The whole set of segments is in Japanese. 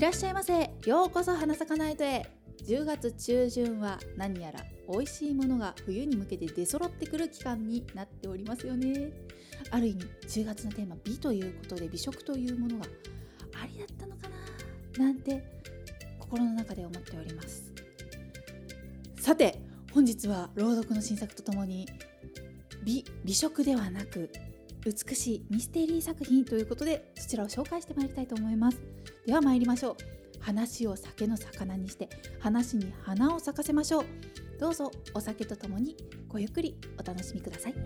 らっしゃいませ。ようこそ花咲かナイトへ。10月中旬は何やら美味しいものが冬に向けて出揃ってくる期間になっておりますよね。ある意味10月のテーマ美ということで、美食というものがありだったのかななんて心の中で思っております。さて本日は朗読の新作とともに美食ではなく美しいミステリー作品ということで、そちらを紹介してまいりたいと思います。では参りましょう。話を酒の魚にして話に花を咲かせましょう。どうぞお酒とともにごゆっくりお楽しみください。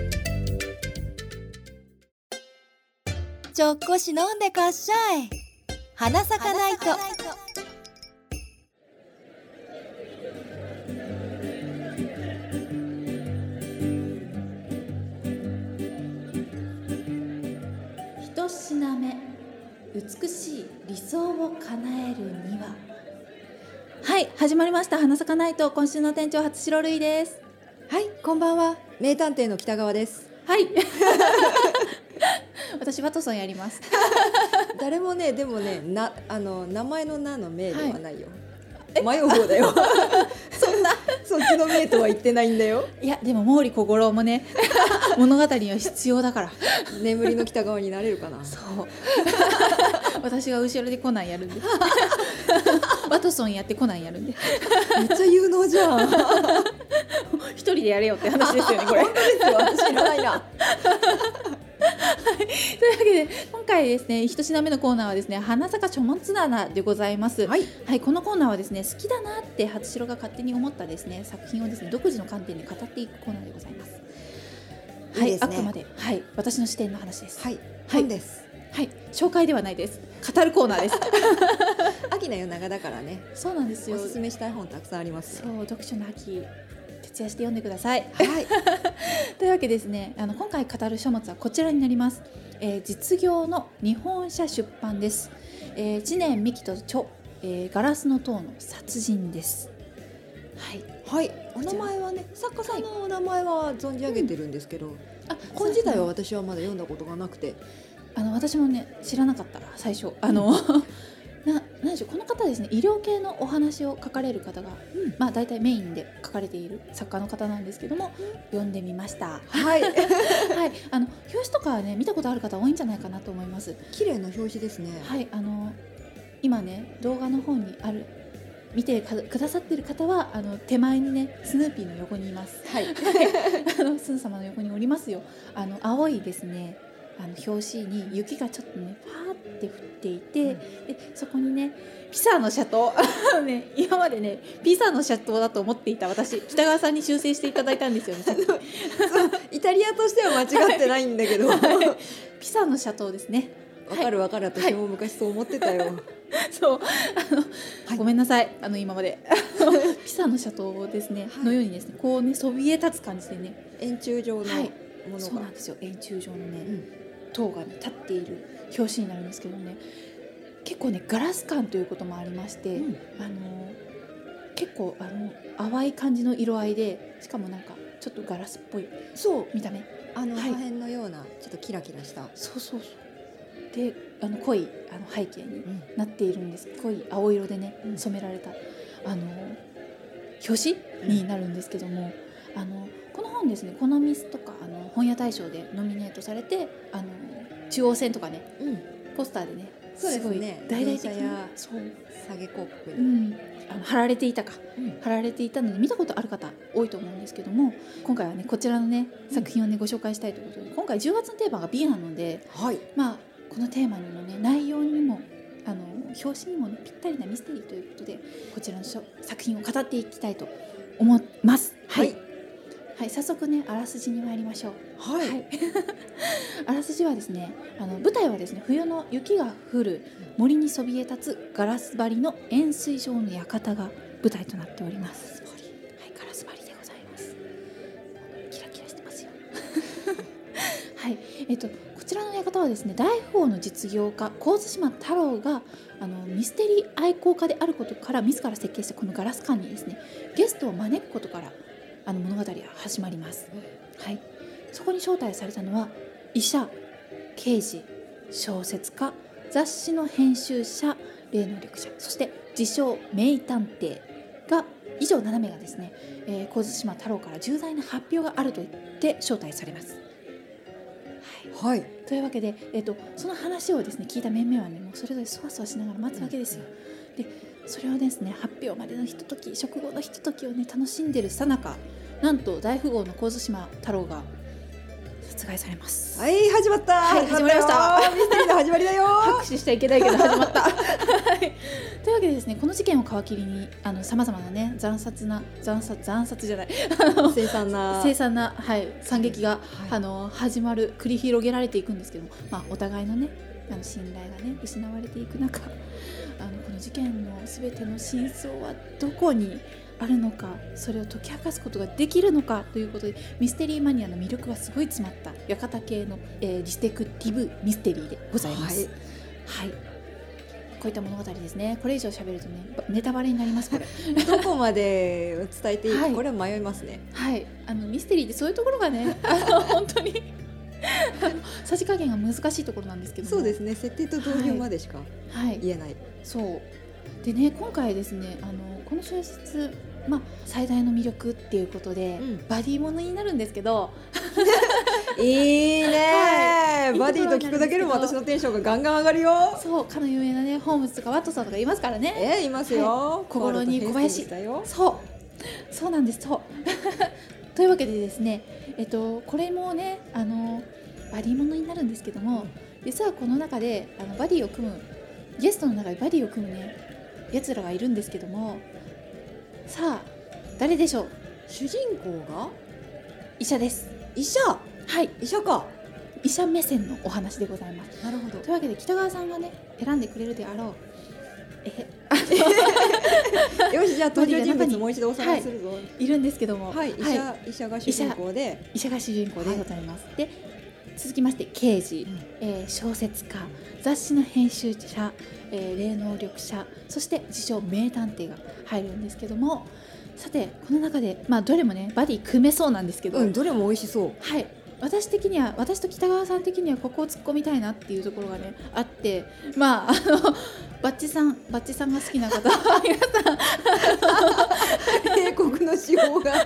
ちょっこし飲んでかっしゃい。花咲かないと。 一品目、美しい理想を叶えるには。はい、始まりました花咲かないと。今週の店長初白類です。 はい、こんばんは。名探偵の北川です。 はい私ワトソンやります誰もね、でもね、名前の名の名ではないよ、迷う方だよそんなそっちの名とは言ってないんだよ。 いやでも毛利小五郎もね物語には必要だから眠りの北川になれるかな。 そう私が後ろでコナンやるんでワトソンやってコナンやるんでめっちゃ有能じゃん一人でやれよって話ですよねこれ本当ですよ、私知らないなというわけで今回ですね、一品目のコーナーはですね、花咲か書物棚でございます。 はい、 はい、このコーナーはですね、好きだなって初白が勝手に思ったですね、作品をですね、独自の観点で語っていくコーナーでございます。はい、 いいですね。 あくまで、はい、私の視点の話です。 はい、 はい本です。 はい、紹介ではないです。語るコーナーです秋の夜長だからね、 そうなんですよ。 おすすめしたい本たくさんありますね。 そう、読書の秋、徹夜して読んでください。 はいというわけですね、今回語る書物はこちらになります。実業の日本社出版です。知念美希と著、ガラスの塔の殺人です。はいはい、お名前はね、作家さんのお名前は存じ上げてるんですけど、本そう自体は私はまだ読んだことがなくて、 私もね知らなかったら最初なんでしょう、この方ですね、医療系のお話を書かれる方が、まあ大体メインで書かれている作家の方なんですけども、読んでみました。 はいはい、表紙とかはね見たことある方多いんじゃないかなと思います。 綺麗な表紙ですね。 はい、今ね動画の方にある見てくださってる方は手前にねスヌーピーの横にいます。 はいスン様の横におりますよ。青いですね表紙に雪がちょっとねパーって降っていて、でそこにねピサの斜塔ね、今までねピサの斜塔だと思っていた私、北川さんに修正していただいたんですよねイタリアとしては間違ってないんだけどピサの斜塔ですね。 わかるわかる、私も昔そう思ってたよ、 そうごめんなさい今までピサの斜塔ですね、のようにですねこうねそびえ立つ感じでね、 円柱状のものが、 そうなんですよ、円柱状のね、塔が、ね、立っている表紙になるんですけどね、結構ねガラス感ということもありまして、結構淡い感じの色合いで、しかもなんかちょっとガラスっぽい見た目、 破片のようなちょっとキラキラした、 そうで濃い背景になっているんです、濃い青色でね染められた表紙になるんですけども、この本ですね、コノミスとか本屋大賞でノミネートされて中央線とかね、ポスターでねすごい大々的に下げ広告に、 貼られていたので見たことある方多いと思うんですけども、今回はねこちらのね作品をねご紹介したいということで、今回10月のテーマが美なので、まあこのテーマにもね内容にも表紙にもねぴったりなミステリーということで、こちらの作品を語っていきたいと思います。はい、早速ねあらすじに参りましょう。あらすじはですね、舞台はですね冬の雪が降る森にそびえ立つガラス張りの円錐状の館が舞台となっております。ガラス張りでございます。キラキラしてますよはい、こちらの館はですね、大富豪の実業家神津島太郎がミステリー愛好家であることから自ら設計したこのガラス館にですね、ゲストを招くことから物語は始まります。はい、そこに招待されたのは医者、刑事、小説家、雑誌の編集者、 霊能力者、そして自称名探偵が以上7名がですね、神津島太郎から重大な発表があると言って招待されます。 はい、 というわけで、その話をですね聞いた面々はねもうそれぞれそわそわしながら待つわけですよ。でそれをですね発表までのひととき、食後のひとときをね楽しんでるさなか、なんと大富豪の神津島太郎が殺害されます。 はい、始まった。 はい、始まりました。 ミステリーの始まりだよ。 拍手しちゃいけないけど始まった。はい。というわけでですね、この事件を皮切りにさまざまなね惨殺じゃない凄惨な、 はい、惨劇が、 は始まる、繰り広げられていくんですけども、お互いのね信頼がね失われていく中、この事件のすべての真相はどこにあるのか、それを解き明かすことができるのかということで、ミステリーマニアの魅力がすごい詰まった館系の、ディテクティブミステリーでございます。はい、こういった物語ですね。これ以上喋るとねネタバレになります。これどこまで伝えていいか、これは迷いますね。 はい、ミステリーってそういうところがね本当にさじ加減が難しいところなんですけども、 そうですね、設定と導入までしか言えない、 そうでね、今回ですねこの小説、最大の魅力っていうことで、バディものになるんですけどいいね、バディと聞くだけでも私のテンションがガンガン上がるよ。 そう、かの有名なねホームズとかワットさんとかいますからね。 いますよ、 小五郎に小林、そうなんです。そうというわけでですね、これもねバディものになるんですけども、実はこの中でバディを組むゲストの中でバディを組むねやつらがいるんですけども、さあ誰でしょう。 主人公が医者です。 医者、 はい、医者か。医者目線のお話でございます。 なるほど。 というわけで北川さんがね選んでくれるであろうよし、じゃあ登場人物もう一度おさらいするぞ。 いるんですけども、 医者が主人公でございます。で続きまして刑事、小説家、雑誌の編集者、霊能力者、そして自称名探偵が入るんですけども、さてこの中で、どれもねバディ組めそうなんですけど、 どれも美味しそう。 はい、私と北川さん的にはここを突っ込みたいなっていうところがねあって、バッチさんが好きな方は皆さん英国の司法が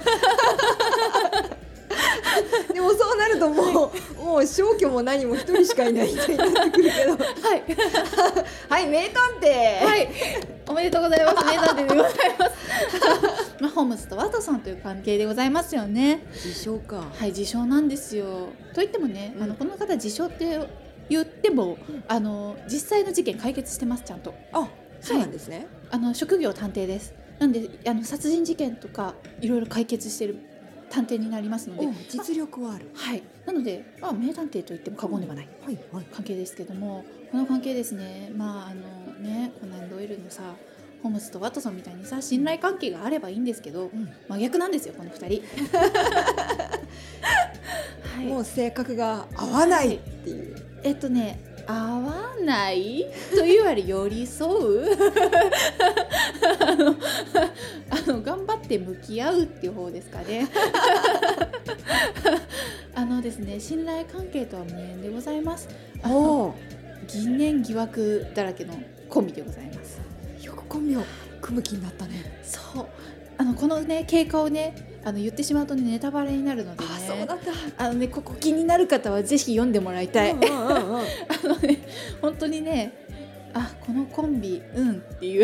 でもそうなるともう消去も何も一人しかいないみたいになってくるけどはい名探偵、 はい、おめでとうございます。名探偵でございますホームズとワトソンという関係でございますよね。 自称か。 はい、自称なんですよ。といってもね、この方自称って言っても、実際の事件解決してます。ちゃんと。 そうなんですね。 職業探偵です。なんで殺人事件とかいろいろ解決してる探偵になりますので、 実力はある。 はい、なので、名探偵と言っても過言ではない関係ですけども、この関係ですね、コナン・ドイルのさホームズとワトソンみたいにさ信頼関係があればいいんですけど、真逆なんですよこの2人はい、 もう性格が合わないっていう、 合わないというより寄り添う頑張って向き合うっていう方ですかねですね、信頼関係とは無縁でございます。疑念疑惑だらけのコンビでございます。 よくコンビを組む気になったね。 そう、このね経過をね言ってしまうと、ね、ネタバレになるのでね。 そうだった。 ここ気になる方はぜひ読んでもらいたい。本当にね、このコンビっていう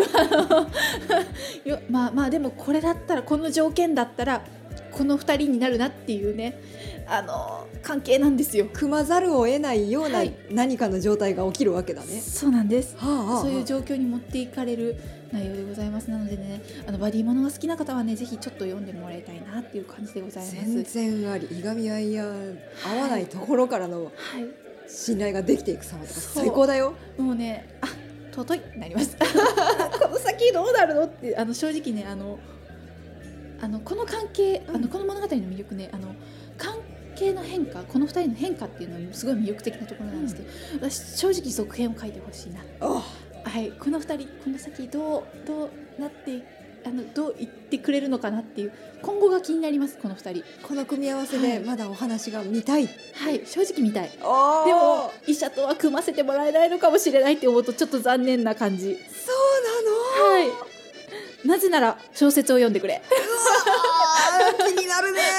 でもこれだったら、この条件だったらこの2人になるなっていうね関係なんですよ。 組まざるを得ないような何かの状態が起きるわけだね。 そうなんです。そういう状況に持っていかれる内容でございます。なのでね、バディものが好きな方はねぜひちょっと読んでもらいたいなっていう感じでございます。 全然あり、いがみ合い合わないところからの信頼ができていく様とか最高だよ。 もうね、尊いってなりますこの先どうなるのって正直ねこの関係、この物語の魅力ね、関係の変化、この2人の変化っていうのはすごい魅力的なところなんですけど、私正直続編を書いてほしいな。はい、この2人この先どうなっていどう言ってくれるのかなっていう今後が気になります。この2人この組み合わせでまだお話が見たい、 はい、正直見たい。でも医者とは組ませてもらえないのかもしれないって思うとちょっと残念な感じ。 そうなの、 はい、なぜなら小説を読んでくれ。 気になるね。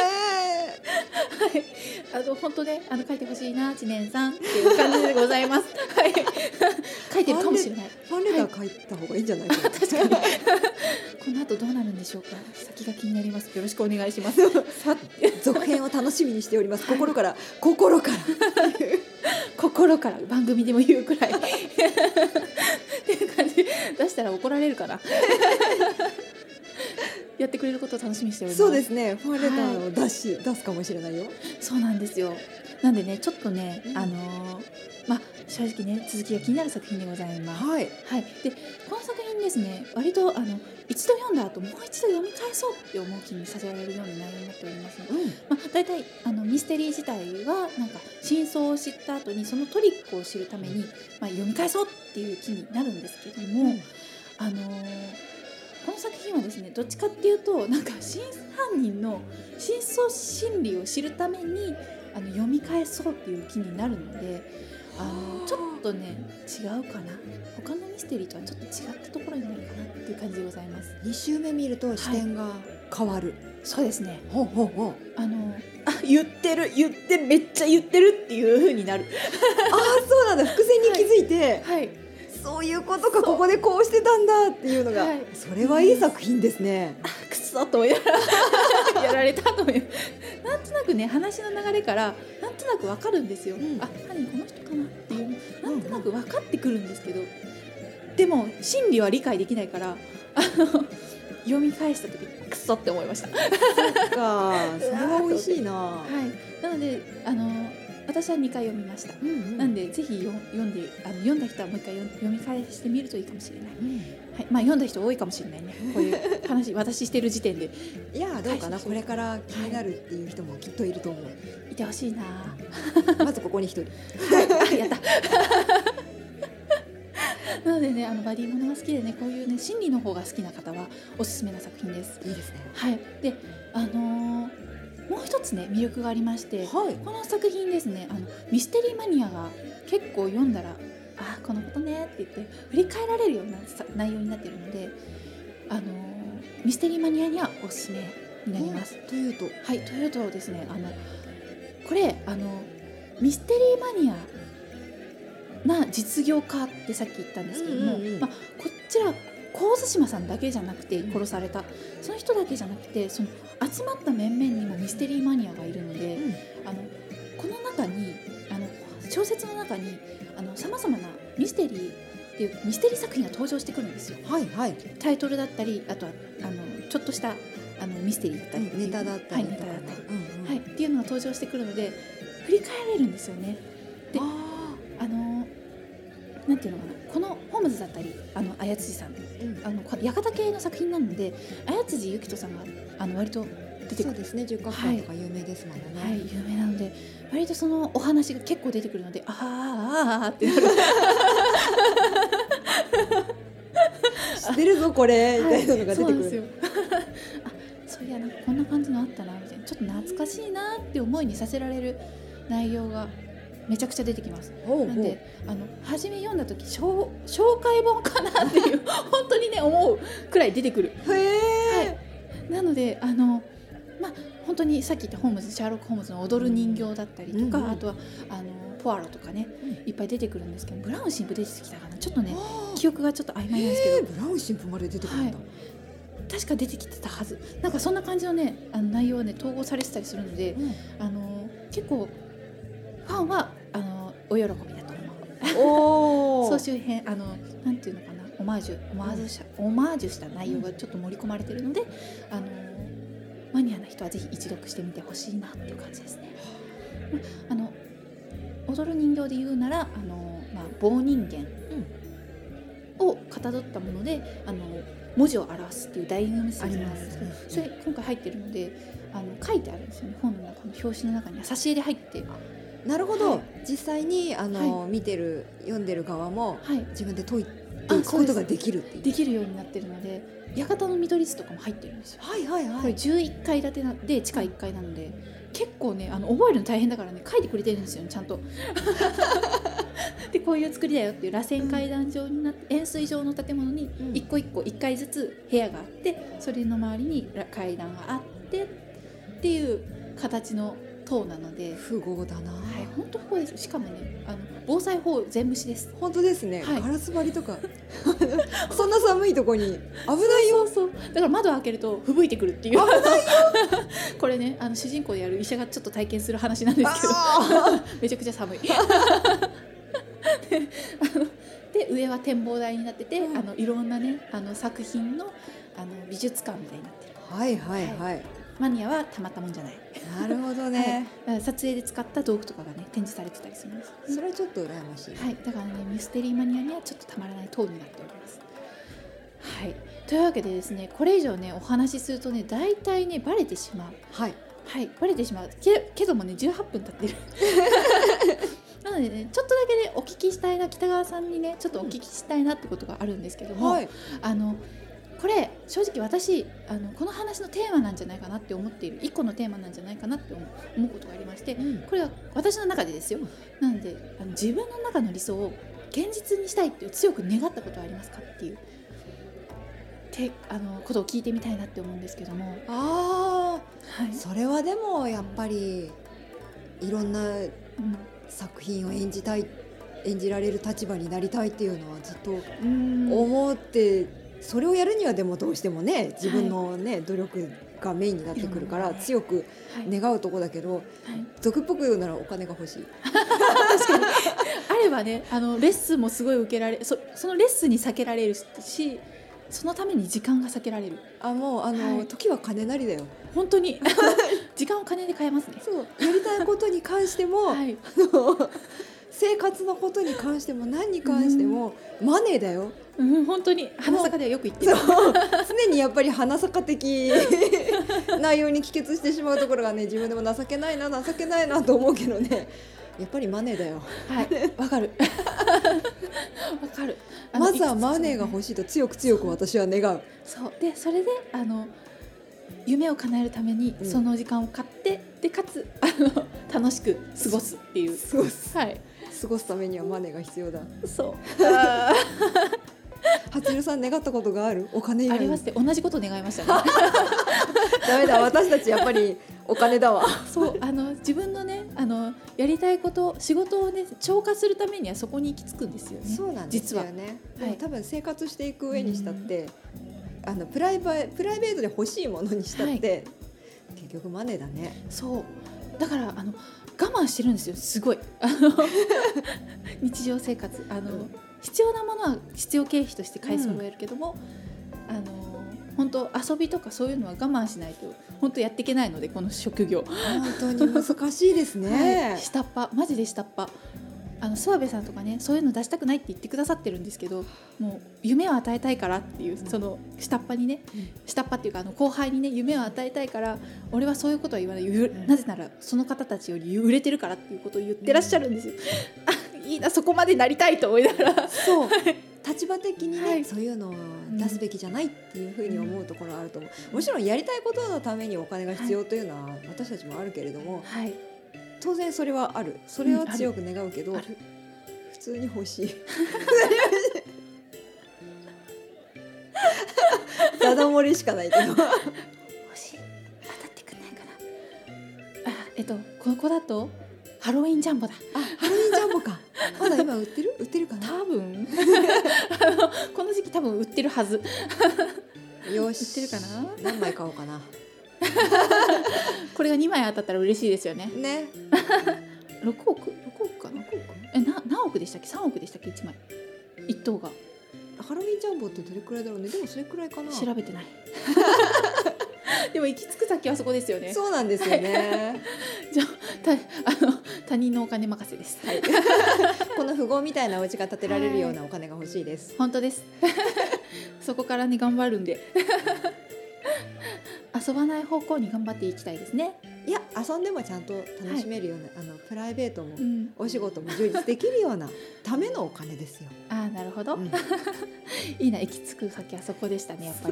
はい、本当ね書いてほしいな知念さんっていう感じでございます。はい、書いてるかもしれない。 ファンレター書いた方がいいんじゃないかな、 確かに。この後どうなるんでしょうか。先が気になります。よろしくお願いします。 続編を楽しみにしております。心から心から番組でも言うくらいっていう感じ出したら怒られるかな。やってくれることを楽しみにしております。 そうですね、ファンレターを出すかもしれないよ。 そうなんですよ。なんでねちょっとね、正直ね続きが気になる作品でございます。 はい、 はい、でこの作品ですね割と一度読んだ後もう一度読み返そうって思う気にさせられるような内容になっております。だいたいミステリー自体はなんか真相を知った後にそのトリックを知るために、読み返そうっていう気になるんですけども、この作品はですねどっちかっていうとなんか真犯人の真相心理を知るために読み返そうっていう気になるのでちょっとね違うかな。他のミステリーとはちょっと違ったところになるかなっていう感じでございます。 2週目見ると視点が変わる、 そうですね。 言ってるめっちゃ言ってるっていう風になる。 そうなんだ。伏線に気づいて、 はい、 そういうことか、ここでこうしてたんだっていうのが、それはいい作品ですね。 くそとやられたというなんとなくね話の流れからなんとなくわかるんですよ。犯人この人かなっていうなんとなく分かってくるんですけど、でも心理は理解できないから読み返した時にクソって思いました。そっか、それは美味しいな。 はい、なので私は2回読みました。なんでぜひ読んだ人はもう一回読み返してみるといいかもしれない。はい、読んだ人多いかもしれないね。こういう話私してる時点で。 いやどうかな、これから気になるっていう人もきっといると思う。 いてほしいな。 まずここに一人。 はい、やった。なのでねバディものが好きでねこういうね心理の方が好きな方はおすすめな作品です。 いいですね。 はい。でもう一つね魅力がありまして、この作品ですねミステリーマニアが結構読んだらこのことねって言って振り返られるような内容になっているのでミステリーマニアにはおすすめになります。 というとですねこれミステリーマニアな実業家ってさっき言ったんですけども、こちら神津島さんだけじゃなくて殺された、その人だけじゃなくてその集まった面々にもミステリーマニアがいるので、この中に小説の中にさまざまなミステリーっていうミステリー作品が登場してくるんですよ。タイトルだったりあとはちょっとしたミステリーだったりネタだったりっていうのが登場してくるので振り返れるんですよね。でなんていうのかな、このホームズだったり綾辻さん、館系の作品なので綾辻ゆきとさんが割と出てくる。 そうですね、十角館とか有名ですもんね。 はい、有名なので割とそのお話が結構出てくるのでってなる。 知ってるぞこれみたいなのが出てくる。 そうなんですよ。そういやなんかこんな感じのあったなみたいな、ちょっと懐かしいなって思いにさせられる内容がめちゃくちゃ出てきます。なんで初め読んだ時紹介本かなっていう本当にね思うくらい出てくる。なので本当にさっき言ったシャーロック・ホームズの踊る人形だったりとか、あとはポアロとかねいっぱい出てくるんですけど、ブラウン神父出てきたかな、ちょっとね記憶がちょっと曖昧なんですけど、 ブラウン神父まで出てくるんだ。 確か出てきてたはず。なんかそんな感じのね内容はね統合されてたりするので、結構ファンはお喜びだと思う。総集編なんていうのかな、オマージュした内容がちょっと盛り込まれているので、マニアな人はぜひ一読してみてほしいなっていう感じですね。踊る人形で言うなら棒人間をかたどったもので文字を表すっていうダイイングメッセージがあるんですけど、それ今回入ってるので書いてあるんですよね。本の中の表紙の中には挿絵で入ってなるほど、実際に見てる読んでる側も自分で解いっていくことができるっていう、 できるようになってるので、館の見取り図とかも入ってるんですよ。 はいはいはい。 これ11階建てで地下1階なので、結構ね覚えるの大変だからね、書いてくれてるんですよね、ちゃんとでこういう作りだよっていう螺旋階段状になって円錐状の建物に一個一個1階ずつ部屋があって、それの周りに階段があってっていう形の塔なので、 富豪だな。 はい、本当富豪です。しかもね防災法全無視です。 本当ですね、 はい、 ガラス張りとかそんな寒いとこに危ないよ。 そうだから窓を開けると吹雪いてくるっていう。危ないよこれね主人公でやる医者がちょっと体験する話なんですけどめちゃくちゃ寒いで上は展望台になってて、いろんなね作品の美術館みたいになってる。 はいはいはい、 マニアはたまったもんじゃない。 なるほどね、 はい、撮影で使った道具とかがね展示されてたりするんです。 それはちょっと羨ましい、 はい、だからねミステリーマニアにはちょっとたまらない塔になっております。はい、というわけでですね、これ以上ねお話しするとね大体ねバレてしまう。 はいはい、バレてしまうけどもね18分経ってるなのでねちょっとだけねお聞きしたいな、北川さんにねちょっとお聞きしたいなってことがあるんですけども、 はい、 これ正直私この話のテーマなんじゃないかなって思っている一個のテーマなんじゃないかなって思うことがありまして、これは私の中でですよ。なので自分の中の理想を現実にしたいっていう強く願ったことはありますかっていうことを聞いてみたいなって思うんですけども。 はい、 はい、 それはでもやっぱりいろんな作品を演じられる立場になりたいっていうのはずっと思って、それをやるにはでもどうしてもね自分のね、努力がメインになってくるから強く願うとこだけど、俗っぽく言うならお金が欲しい確かにあればねレッスンもすごい受けられそのレッスンに避けられるし、そのために時間が避けられる。 もう時は金なりだよ本当に時間を金で買えますね。 そうやりたいことに関しても、はい、生活のことに関しても何に関してもマネーだよ。 本当に花咲かではよく言ってる。 常にやっぱり花咲か的内容に帰結してしまうところがね、自分でも情けないなと思うけどね、やっぱりマネーだよ。 はい、わかるわかる。 まずはマネーが欲しいと強く私は願う。 そうで、それで夢を叶えるためにその時間を買って、でかつ楽しく過ごすっていう。はい、 過ごすためにはマネーが必要だ。 そうはつるさん願ったことがある？お金以外に。 ありますね。同じこと願いましたねダメだ、私たちやっぱりお金だわ。 そう自分のねやりたいこと仕事をね超過するためにはそこに行き着くんですよね。 そうなんですよね。 実は、 でも多分生活していく上にしたって、プライベートで欲しいものにしたって、結局マネーだね。 そうだから我慢してるんですよ、すごい日常生活必要なものは必要経費として買い揃えるけども、本当遊びとかそういうのは我慢しないと本当やっていけないので、この職業本当に難しいですね、 はい、下っ端マジで下っ端。諏訪部さんとかね、そういうの出したくないって言ってくださってるんですけど、もう夢を与えたいからっていう、その下っ端にね、下っ端っていうか後輩にね夢を与えたいから、俺はそういうことは言わない、なぜならその方たちより売れてるからっていうことを言ってらっしゃるんですよ、いいな、そこまでなりたいと思いながら。 そう立場的にね、そういうのを出すべきじゃないっていうふうに思うところはあると思う。もちろんやりたいことのためにお金が必要というのは私たちもあるけれども、当然それはある、それは強く願うけど、普通に欲しいダダ漏れしかないけど欲しい、 当たってくんないかな。ここだとハロウィンジャンボだ。 ハロウィンジャンボかまだ今売ってるかな。 多分この時期多分売ってるはずよし、 売ってるかな。 何枚買おうかなこれが2枚当たったら嬉しいですよね。 ね 6億かな。何億でしたっけ、3億でしたっけ、1枚1等が。 ハロウィンジャンボってどれくらいだろうね。でもそれくらいかな。 調べてないでも行き着く先はそこですよね。 そうなんですよね、 じゃ他人のお金任せです、はい、 この富豪みたいなお家が建てられるようなお金が欲しいです。 本当ですそこからね頑張るんで遊ばない方向に頑張っていきたいですね。 いや遊んでもちゃんと楽しめるような、プライベートも、お仕事も充実できるようなためのお金ですよ。 あ、なるほど、いいな、行き着く先はそこでしたね、やっぱり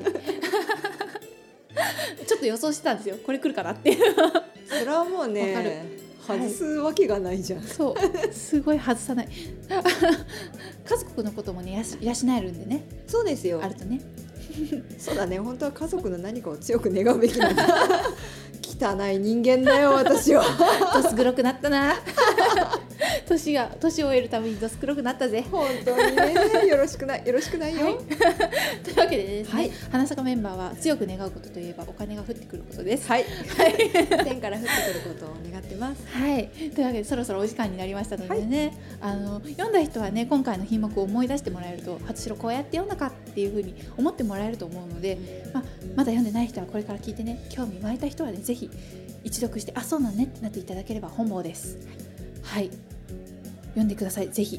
ちょっと予想してたんですよ、これ来るかなっていうそれはもうね、外すわけがないじゃん、 そうすごい外さない家族のこともね養えるんでね。 そうですよ、 あるとねそうだね、本当は家族の何かを強く願うべきなんだ汚い人間だよ私はどす黒くなったな年を終えるためにどす黒くなったぜ、 本当にね、よろしくないよ、というわけでですね、花咲かメンバーは強く願うことといえばお金が降ってくることです。 天から降ってくることを願ってます。 はい、というわけでそろそろお時間になりましたのでね、読んだ人はね、今回の品目を思い出してもらえると、初白こうやって読んだかっていう風に思ってもらえると思うので、まだ読んでない人はこれから聞いてね、興味湧いた人はね、ぜひ一読して、あ、そうなんねってなっていただければ本望です。はい、読んでください、ぜひ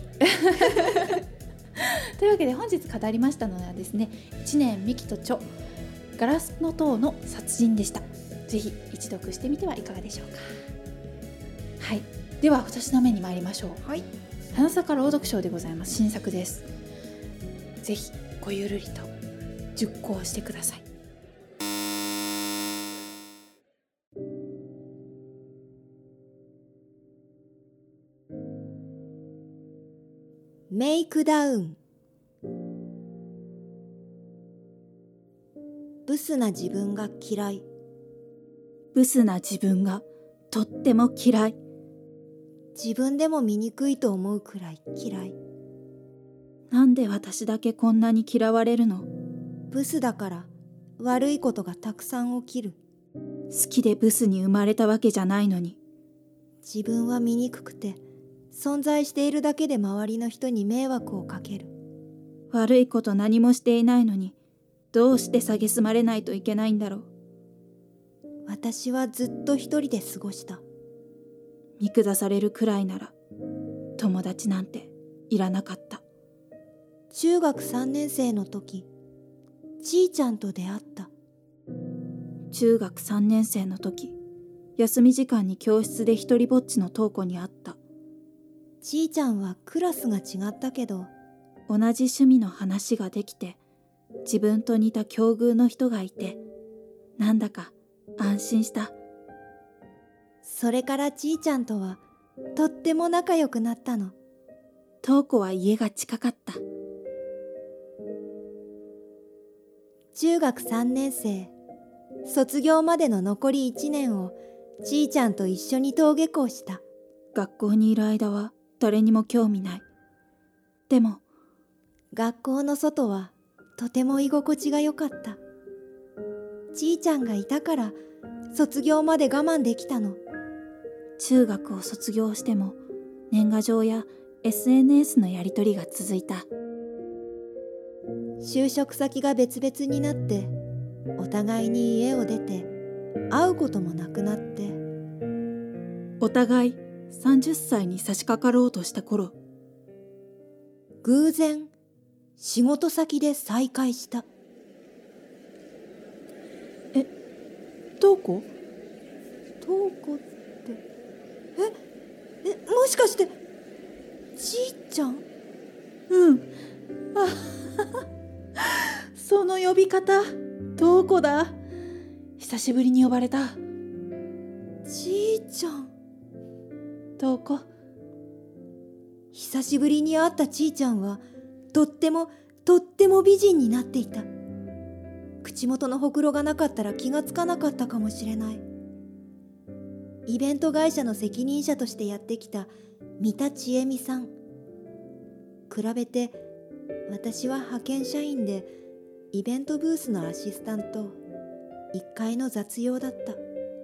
というわけで本日語りましたのはですね、知念美紀と著ガラスの塔の殺人でした。ぜひ一読してみてはいかがでしょうか。はい、では2品目に参りましょう。花咲か朗読賞でございます。新作です。ぜひごゆるりと熟考してください。 メイクダウン。ブスな自分が嫌い。 ブスな自分がとっても嫌い。 自分でも醜いと思うくらい嫌い。 なんで私だけこんなに嫌われるの？ ブスだから悪いことがたくさん起きる。 好きでブスに生まれたわけじゃないのに。 自分は醜くて存在しているだけで周りの人に迷惑をかける。 悪いこと何もしていないのに、どうして蔑まれないといけないんだろう。 私はずっと一人で過ごした。 見下されるくらいなら友達なんていらなかった。 中学3年生の時、ちーちゃんと出会った。 中学3年生の時、休み時間に教室で一人ぼっちの瞳子に会った。 ちーちゃんはクラスが違ったけど、 同じ趣味の話ができて、自分と似た境遇の人がいて、なんだか安心した。 それからちーちゃんとはとっても仲良くなったの。 瞳子は家が近かった。 中学3年生、卒業までの残り1年をちーちゃんと一緒に登下校した。 学校にいる間は誰にも興味ない。でも学校の外はとても居心地が良かった。ちーちゃんがいたから卒業まで我慢できたの。 中学を卒業しても年賀状や SNS のやり取りが続いた。 就職先が別々になってお互いに家を出て会うこともなくなって、 お互い30歳に差し掛かろうとした頃、 偶然仕事先で再会した。 瞳子？ 瞳子ってもしかしてちーちゃん？ うん。その呼び方、瞳子だ。久しぶりに呼ばれた。 ちーちゃん。 瞳子。 久しぶりに会ったちーちゃんはとっても美人になっていた。口元のほくろがなかったら気がつかなかったかもしれない。イベント会社の責任者としてやってきた三田千恵美さん。比べて私は派遣社員でイベントブースのアシスタント、1階の雑用だった。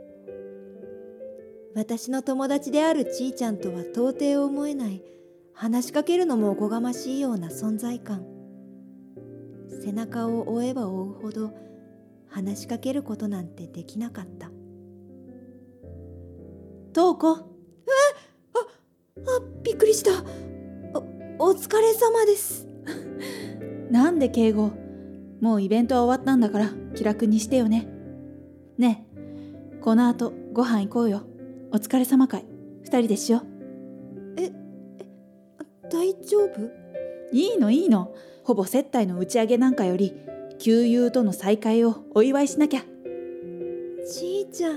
私の友達であるちーちゃんとは到底思えない、話しかけるのもおこがましいような存在感。背中を追えば追うほど話しかけることなんてできなかった。 瞳子。 びっくりした。お疲れ様です。 なんで敬語？もうイベントは終わったんだから気楽にしてよね。ねえ、この後ご飯行こうよ。お疲れ様会2人でしよう。 大丈夫？ いいのいいの。ほぼ接待の打ち上げなんかより旧友との再会をお祝いしなきゃ。 ちいちゃん。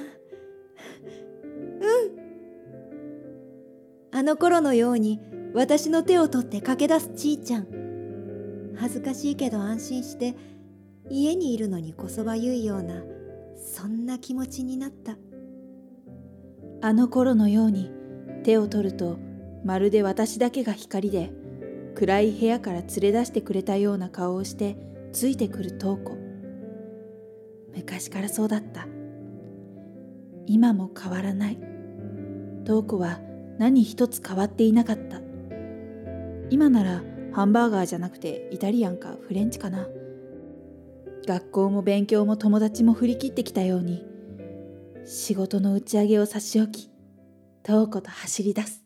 あの頃のように私の手を取って駆け出すちいちゃん。恥ずかしいけど安心して家にいるのにこそばゆいような、そんな気持ちになった。 あの頃のように手を取るとまるで私だけが光で暗い部屋から連れ出してくれたような顔をしてついてくる瞳子。昔からそうだった。今も変わらない。瞳子は何一つ変わっていなかった。今ならハンバーガーじゃなくてイタリアンかフレンチかな。学校も勉強も友達も振り切ってきたように仕事の打ち上げを差し置き瞳子と走り出す。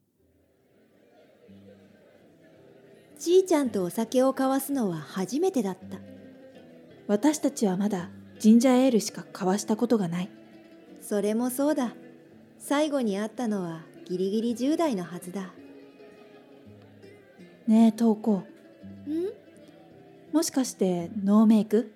ちいちゃんとお酒を交わすのは初めてだった。 私たちはまだジンジャーエールしか交わしたことがない。 それもそうだ。最後に会ったのはギリギリ10代のはずだ。 ねえ瞳子、もしかしてノーメイク？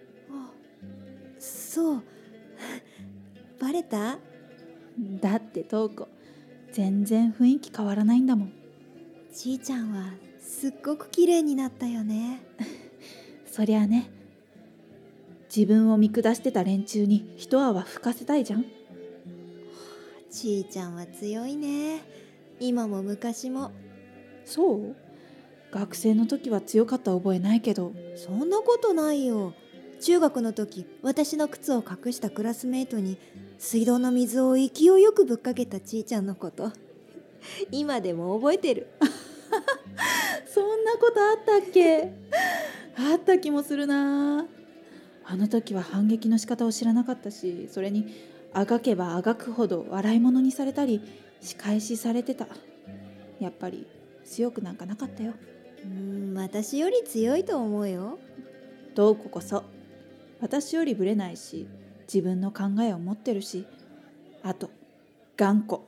そう。バレた？ だって瞳子全然雰囲気変わらないんだもん。 ちいちゃんはすっごく綺麗になったよね。 そりゃあね、自分を見下してた連中に一泡吹かせたいじゃん。 ちいちゃんは強いね。今も昔も。 そう？学生の時は強かった覚えないけど。 そんなことないよ。中学の時、私の靴を隠したクラスメートに水道の水を勢いよくぶっかけたちいちゃんのこと今でも覚えてるそんなことあったっけ？あった気もするな。あの時は反撃の仕方を知らなかったし、それにあがけばあがくほど笑い物にされたり仕返しされてた。やっぱり強くなんかなかったよ。 私より強いと思うよ。 瞳子こそ私よりぶれないし、自分の考えを持ってるし、あと頑固。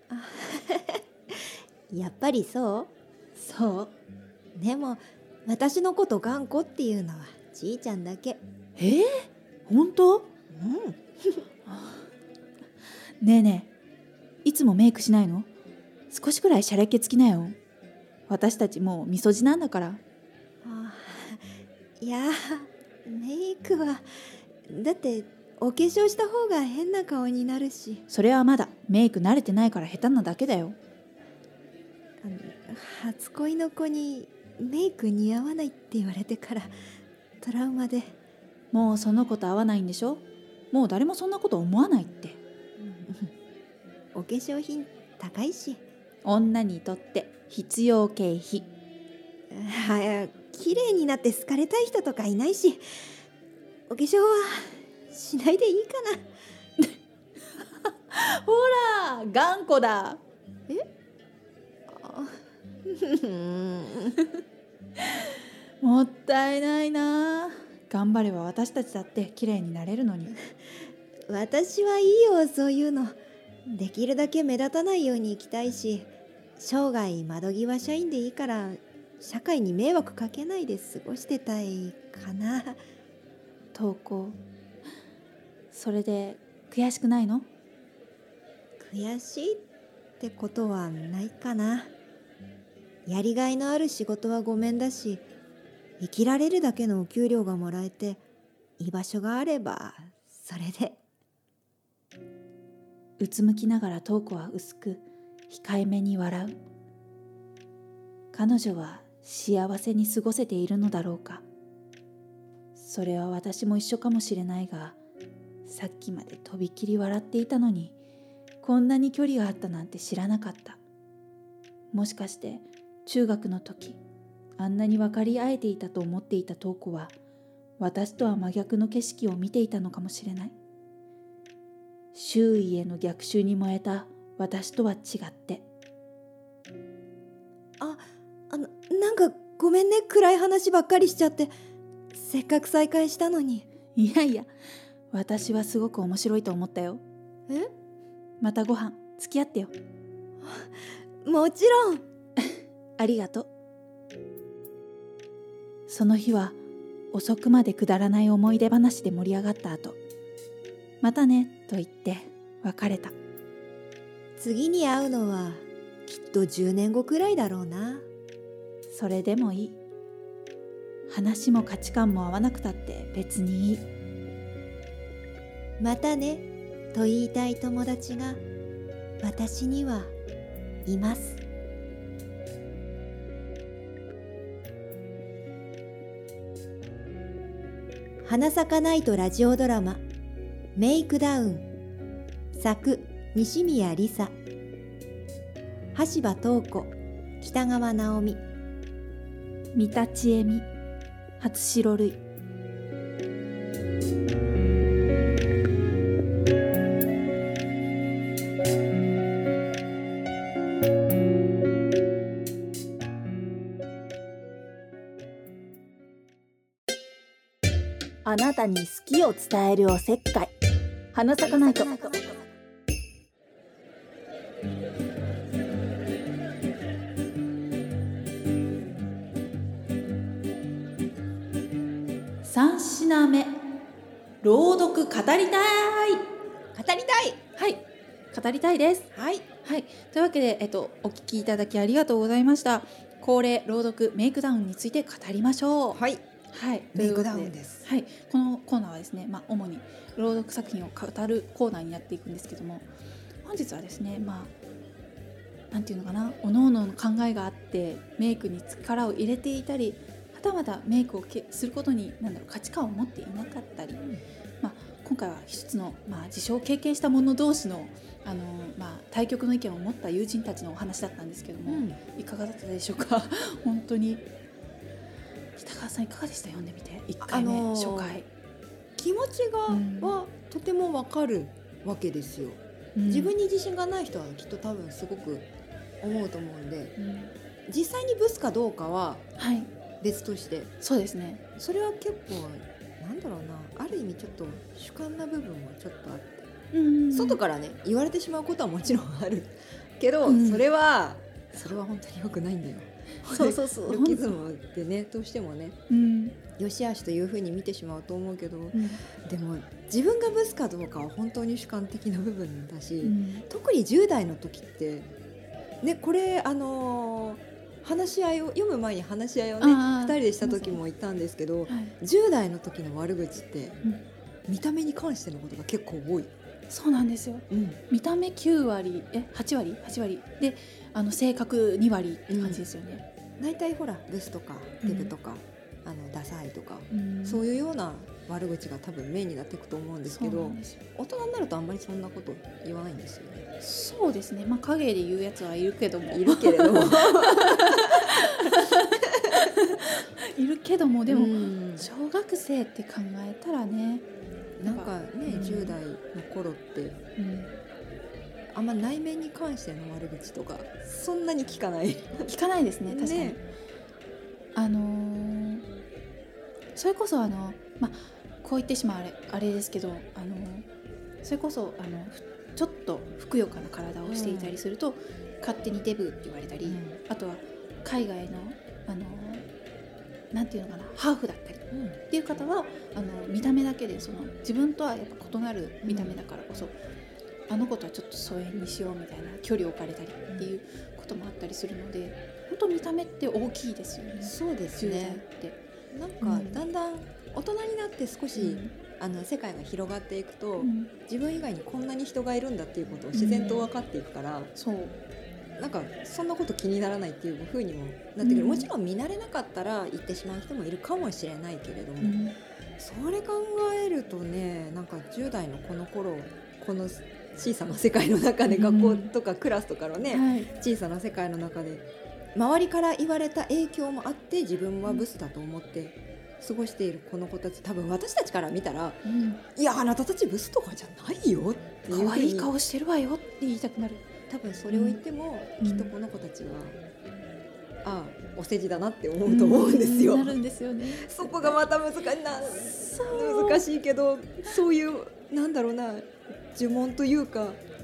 やっぱりそう？ そう。 でも私のこと頑固っていうのはちいちゃんだけ。 本当？ねえねえ、いつもメイクしないの？少しくらいシャレっ気つきなよ。私たちもうみそじなんだから。 いや、メイクはだってお化粧した方が変な顔になるし。 それはまだメイク慣れてないから下手なだけだよ。 初恋の子にメイク似合わないって言われてからトラウマで。 もうその子と会わないんでしょ？もう誰もそんなこと思わないって。 お化粧品高いし。 女にとって必要経費。 綺麗になって好かれたい人とかいないし、お化粧はしないでいいかな。 ほら頑固だ。もったいないな。頑張れば私たちだって綺麗になれるのに。 私はいいよ、そういうの。できるだけ目立たないように生きたいし、生涯窓際社員でいいから社会に迷惑かけないで過ごしてたいかな。 瞳子、それで悔しくないの？ 悔しいってことはないかな。やりがいのある仕事はごめんだし、生きられるだけのお給料がもらえて居場所があればそれで。 うつむきながら瞳子は薄く控えめに笑う。彼女は幸せに過ごせているのだろうか。それは私も一緒かもしれないが、さっきまでとびきり笑っていたのにこんなに距離があったなんて知らなかった。もしかして中学の時あんなに分かり合えていたと思っていた瞳子は私とは真逆の景色を見ていたのかもしれない。周囲への逆襲に燃えた私とは違って。 なんかごめんね、暗い話ばっかりしちゃって。せっかく再会したのに。 いやいや、私はすごく面白いと思ったよ。 え？ またご飯付き合ってよ。 もちろん。 ありがとう。その日は遅くまでくだらない思い出話で盛り上がった後、またねと言って別れた。 次に会うのはきっと10年後くらいだろうな。 それでもいい。話も価値観も合わなくたって別にいい。 またねと言いたい友達が私にはいます。花咲かないとラジオドラマメイクダウン、作西宮梨沙、橋場東子、北川直美、 三田千恵美、初白類。 あなたに好きを伝えるおせっかい、花咲かないと。 3品目、朗読語りたい。 語りたい。 はい、語りたいです。 はい、 はい、というわけで、お聞きいただきありがとうございました。恒例朗読メイクダウンについて語りましょう。 はい、 はい、 メイクダウンです。 はい、このコーナーはですね、主に朗読作品を語るコーナーになっていくんですけども、本日はですね、なんていうのかな、各々の考えがあってメイクに力を入れていたり、はたまたメイクをすることに価値観を持っていなかったり、今回は一つの、自称を経験した者同士の対極の意見を持った友人たちのお話だったんですけども、いかがだったでしょうか。本当に北川さんいかがでした？読んでみて1回目、初回。 気持ちが、はとてもわかるわけですよ。自分に自信がない人はきっと多分すごく思うと思うんで、実際にブスかどうかは別として、 そうですね、 それは結構なんだろうな、ある意味ちょっと主観な部分もちょっとあって、外からね言われてしまうことはもちろんあるけど、それは本当に良くないんだよ。 そうそうそう、 ルッキズムってね、どうしてもね、よしあしというふうに見てしまうと思うけど、でも自分がブスかどうかは本当に主観的な部分だし、特に10代の時ってね、これ話し合いを読む前に話し合いをね2人でした時も言ったんですけど、10代の時の悪口って、見た目に関してのことが結構多い。 そうなんですよ、見た目9割8割で性格2割って感じですよね。 大体ほらブスとかデブとか、ダサいとか、そういうような悪口が多分メインになっていくと思うんですけど、大人になるとあんまりそんなこと言わないんですよね。 そうですね、影で言うやつはいるけれどもいるけどもでも、小学生って考えたらね、 なんかね、10代の頃って、あんま内面に関しての悪口とかそんなに聞かないですね、確かに。それこそこう言ってしまうあれですけど、それこそちょっとふくよかな体をしていたりすると、勝手にデブって言われたり、あとは海外のなんていうのかな、ハーフだったりっていう方は見た目だけで自分とはやっぱ異なる見た目だからこそ、あの子とはちょっと疎遠にしようみたいな距離を置かれたりっていうこともあったりするので、本当見た目って大きいですよね。 そうですね。なんかだんだん大人になって少し、世界が広がっていくと、自分以外にこんなに人がいるんだっていうことを自然と分かっていくから、なんかそんなこと気にならないっていう風にもなってくる。もちろん見慣れなかったら言ってしまう人もいるかもしれないけれども、それ考えるとね、なんか10代のこの頃、この小さな世界の中で、学校とかクラスとかのね、小さな世界の中で周りから言われた影響もあって自分はブスだと思って過ごしているこの子たち、多分私たちから見たら、いやあなたたちブスとかじゃないよっていう風に、 可愛い顔してるわよって言いたくなる。 多分それを言っても、きっとこの子たちは、ああお世辞だなって思うと思うんですよ。 なるんですよね。 そこがまた難しいけど、そういうなんだろうな、呪文というか、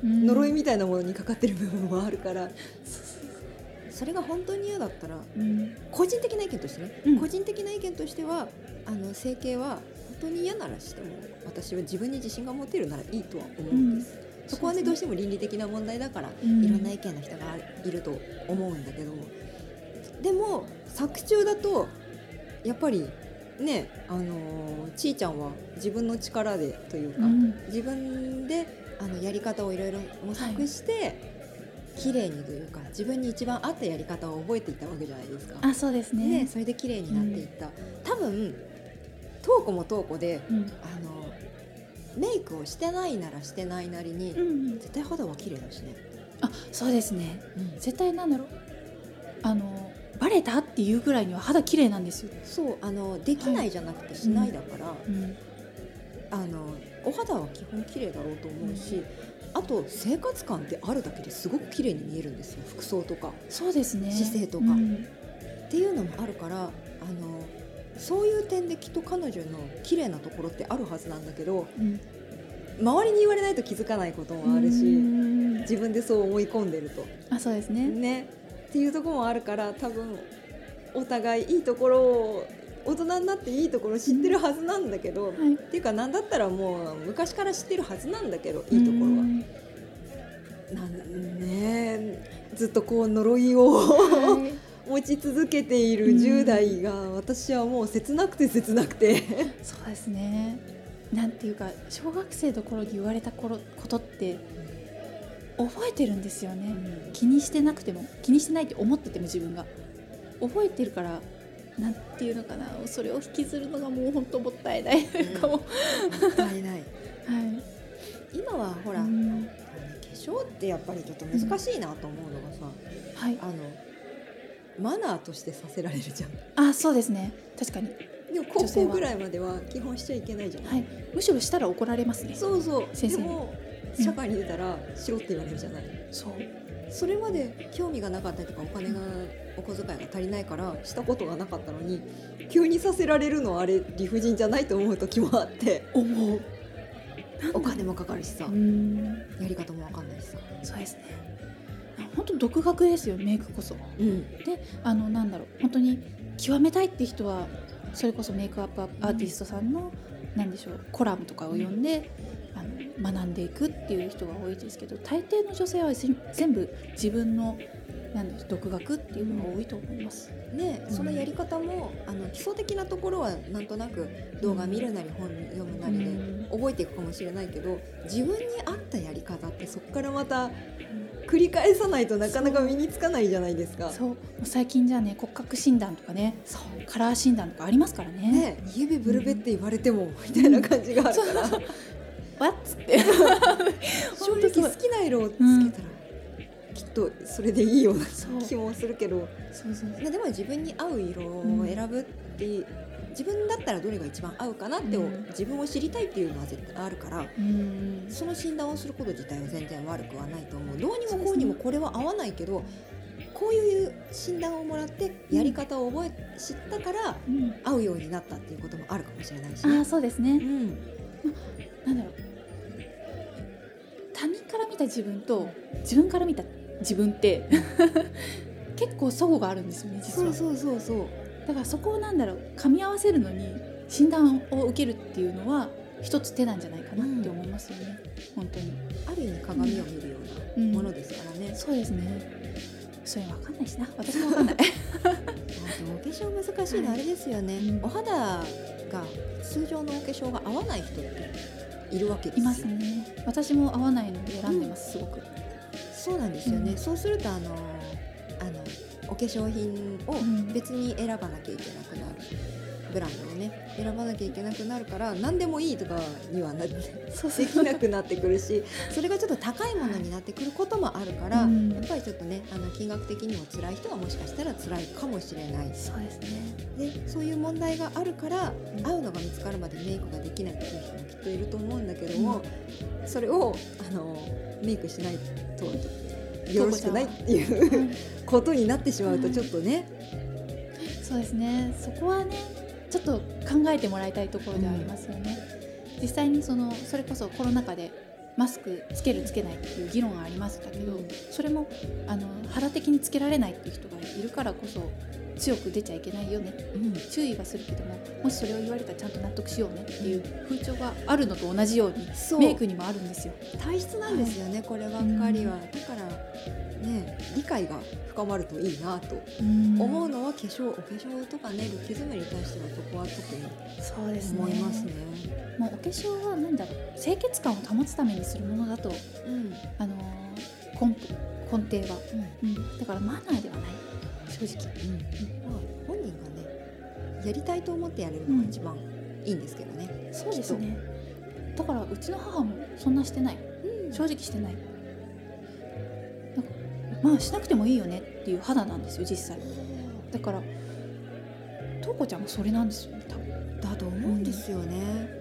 呪いみたいなものにかかってる部分もあるから、 それが本当に嫌だったら、個人的な意見としてね、個人的な意見としては整形は本当に嫌ならしても私は自分に自信が持てるならいいとは思うんです、そこはねどうしても倫理的な問題だから、いろんな意見の人がいると思うんだけど、でも作中だとやっぱりねちーちゃんは自分の力でというか、自分でやり方をいろいろ模索して、綺麗にというか自分に一番合ったやり方を覚えていったわけじゃないですか。 そうですね。 それで綺麗になっていった、多分トーコもトーコで、メイクをしてないならしてないなりに、絶対肌は綺麗だしね。 そうですね、絶対なんだろうバレたっていうぐらいには肌綺麗なんですよ。 そうできないじゃなくてしないだから、お肌は基本綺麗だろうと思うし、あと生活感ってあるだけですごく綺麗に見えるんですよ。服装とかそうですね、 姿勢とか、っていうのもあるからそういう点できっと彼女の綺麗なところってあるはずなんだけど、周りに言われないと気づかないこともあるし、自分でそう思い込んでるとそうですねっていうところもあるから、多分お互いいいところを大人になっていいところ知ってるはずなんだけど、っていうかなんだったらもう昔から知ってるはずなんだけど、いいところはずっとこう呪いを、持ち続けている10代が、私はもう切なくてそうですね。なんていうか小学生の頃に言われたことって覚えてるんですよね、気にしてなくても、気にしてないって思ってても自分が覚えてるから、なんていうのかな、それを引きずるのがもう本当もったいないかも、 もったいない今はほら、化粧ってやっぱりちょっと難しいなと思うのがさ、マナーとしてさせられるじゃん。 そうですね、確かに。 でも高校ぐらいまでは基本しちゃいけないじゃない、 むしろしたら怒られますね。 そう先生に。 でも社会に出たらしろって言われるじゃない、それまで興味がなかったりとか、お小遣いが足りないからしたことがなかったのに、急にさせられるのはあれ理不尽じゃないと思う時もあって、 思う。 お金もかかるしさ、やり方も分かんないしさ。 そうですね、本当独学ですよ、メイクこそ。でなんだろう、本当に極めたいって人はそれこそメイクアップアーティストさんのなんでしょう、コラムとかを読んで、学んでいくっていう人が多いですけど、大抵の女性は全部自分の独学っていうのが多いと思いますね。そのやり方も基礎的なところはなんとなく動画見るなり本読むなりで覚えていくかもしれないけど、自分に合ったやり方ってそこからまた繰り返さないとなかなか身につかないじゃないですか。 そう、もう最近じゃね、骨格診断とかね、カラー診断とかありますからね。 指ブルベって言われても、みたいな感じがあるから、 わっつって正直好きな色をつけたら、きっとそれでいいような気もするけど、 でも自分に合う色を選ぶっていう、自分だったらどれが一番合うかなって、自分を知りたいっていうのは絶対あるから、その診断をすること自体は全然悪くはないと思う。どうにもこうにもこれは合わないけど、こういう診断をもらってやり方を知ったから合うようになったっていうこともあるかもしれないしね。 そうですね、なんだろう、他人から見た自分と自分から見た自分って結構齟齬があるんですよね、実は。 そうだからそこを噛み合わせるのに診断を受けるっていうのは一つ手なんじゃないかなって思いますよね、本当に。 ある意味鏡を見るようなものですからね。 そうですね。それ分かんないしな、私も分かんないお化粧難しいのあれですよね、お肌が通常のお化粧が合わない人っているわけですよ。 いますね。私も合わないので選んでます、すごく。 そうなんですよね、そうするとお化粧品を別に選ばなきゃいけなくなる、ブランドをね選ばなきゃいけなくなるから、何でもいいとかにはできなくなってくるし、それがちょっと高いものになってくることもあるから、やっぱりちょっとね金額的にも辛い人はもしかしたら辛いかもしれない。 そうですね。 でそういう問題があるから合うのが見つかるまでメイクができないっていう人もきっといると思うんだけども、それをメイクしないとよろしくないっていうことになってしまうとちょっとね、 そうですね、そこはねちょっと考えてもらいたいところではありますよね、実際にそれこそコロナ禍でマスクつけるつけないっていう議論がありましたけど、それも肌的につけられないっていう人がいるからこそ強く出ちゃいけないよね、注意はするけども、もしそれを言われたらちゃんと納得しようねっていう風潮があるのと同じようにメイクにもあるんですよ。 体質なんですよね、こればっかりは。だからね、理解が深まるといいなと思うのはお化粧とかね、ルッキズムに対してはそこは特にそうですね、 思いますね。 もうお化粧はなんだろう、清潔感を保つためにするものだと、根底は、だからマナーではない、正直。 本人がねやりたいと思ってやれるのが一番いいんですけどね。 そうですね。だからうちの母もそんなしてない、正直してない。まあしなくてもいいよねっていう肌なんですよ実際。だからとうこちゃんもそれなんですよね、多分。 だと思うんですよね。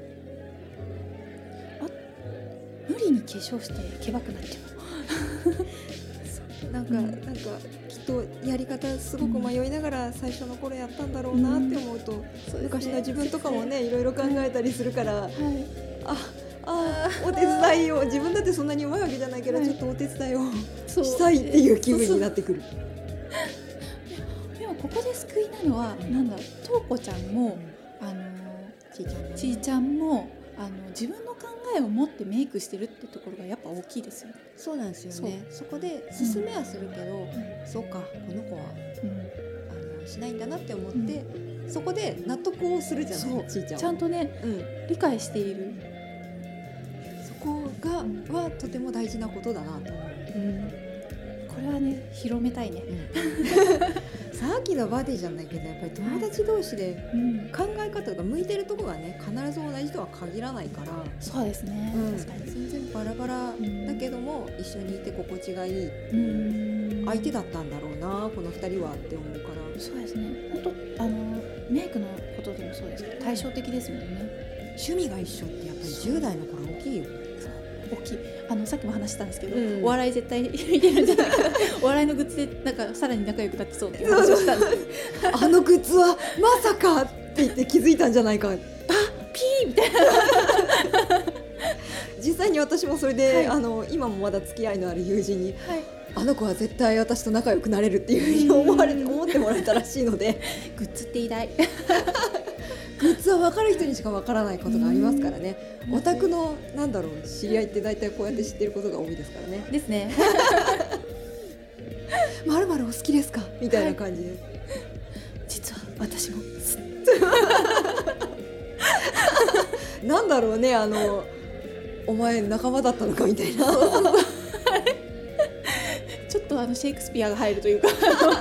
無理に化粧してけばくなってもなんかきっとやり方すごく迷いながら最初の頃やったんだろうなって思うと、昔の自分とかもねいろいろ考えたりするから、お手伝いを、自分だってそんなにうまいわけじゃないけど、ちょっとお手伝いをしたいっていう気分になってくる。 でもここで救いなのは、なんだろう、とうこちゃんもちーちゃんも自分の考えを持ってメイクしてるってところがやっぱ大きいですよね。 そうなんですよね。そこで進めはするけど、そうかこの子は、しないんだなって思って、そこで納得をするじゃない、ちーちゃんはちゃんとね、理解している。 そこはとても大事なことだなと思う。 これはね広めたいね。 さっきのバディじゃないけど、やっぱり友達同士で考え方が向いてるところがね必ず同じとは限らないから。 そうですね、確かに全然バラバラだけども、一緒にいて心地がいい相手だったんだろうなこの2人はって思うから。 そうですね、本当メイクのことでもそうですけど対照的ですもんね。 趣味が一緒ってやっぱり10代の頃大きいよ。 大きい。さっきも話したんですけど、お笑い絶対いけるんじゃないかなお笑いのグッズでなんかさらに仲良くなってそうっていう話をしたんですあのグッズはまさかって言って気づいたんじゃないか。 ピーみたいな実際に私もそれで、今もまだ付き合いのある友人に、あの子は絶対私と仲良くなれるっていうふうに思ってもらえたらしいのでグッズって偉大グッズは分かる人にしか分からないことがありますからね。オタクの知り合いって大体こうやって知ってることが多いですからね。 ですね 〇〇お好きですかみたいな感じで、 実は私もなんだろうね、お前仲間だったのかみたいなちょっとシェイクスピアが入るというか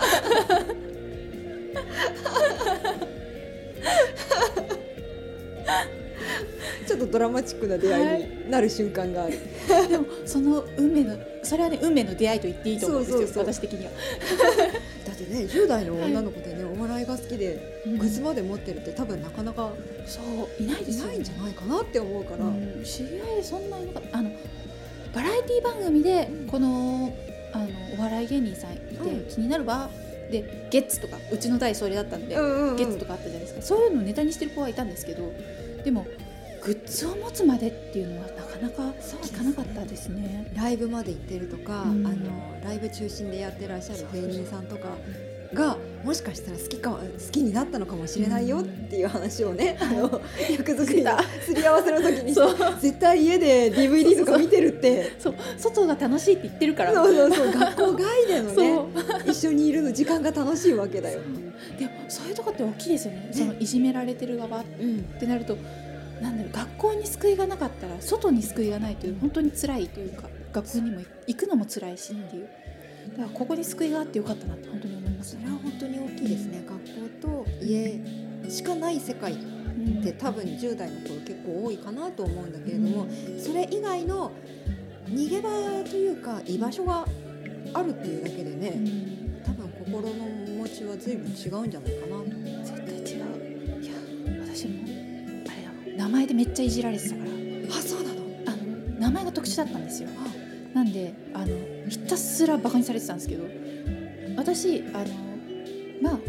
ちょっとドラマチックな出会いになる瞬間がある、 でもそれはね運命の出会いと言っていいと思うんですよ、私的にはだってね10代の女の子でね、お笑いが好きでグッズまで持ってるって多分なかなかそういないですよね。 いないんじゃないかなって思うから、 知り合いでそんなになかった。バラエティ番組でこのお笑い芸人さんいて気になるわでゲッツとか、うちの代それだったんで、ゲッツとかあったじゃないですか。そういうのをネタにしてる子はいたんですけど、でもグッズを持つまでっていうのはなかなか聞かなかったですね。 ライブまで行ってるとか、ライブ中心でやってらっしゃる芸人さんとかがもしかしたら好きになったのかもしれないよっていう話をね、役作りのすり合わせの時に絶対家で DVD とか見てるってそう外が楽しいって言ってるから。 そう学校外でのね一緒にいるの時間が楽しいわけだよ。 でもそういうとこって大きいですよね。そのいじめられてる側ってなると、なんだろう、学校に救いがなかったら外に救いがないという本当に辛いというか、学校にも行くのも辛いしっていう、だからここに救いがあってよかったなって本当に思いますね。 それは本当に大きいですね。学校と家しかない世界って多分10代の頃結構多いかなと思うんだけれども、それ以外の逃げ場というか居場所があるっていうだけでね、多分心の持ちは随分違うんじゃないかなと。 絶対違う。いや私もあれだもん、名前でめっちゃいじられてたから。 そうなの。 名前が特殊だったんですよ。なんでひたすらバカにされてたんですけど、私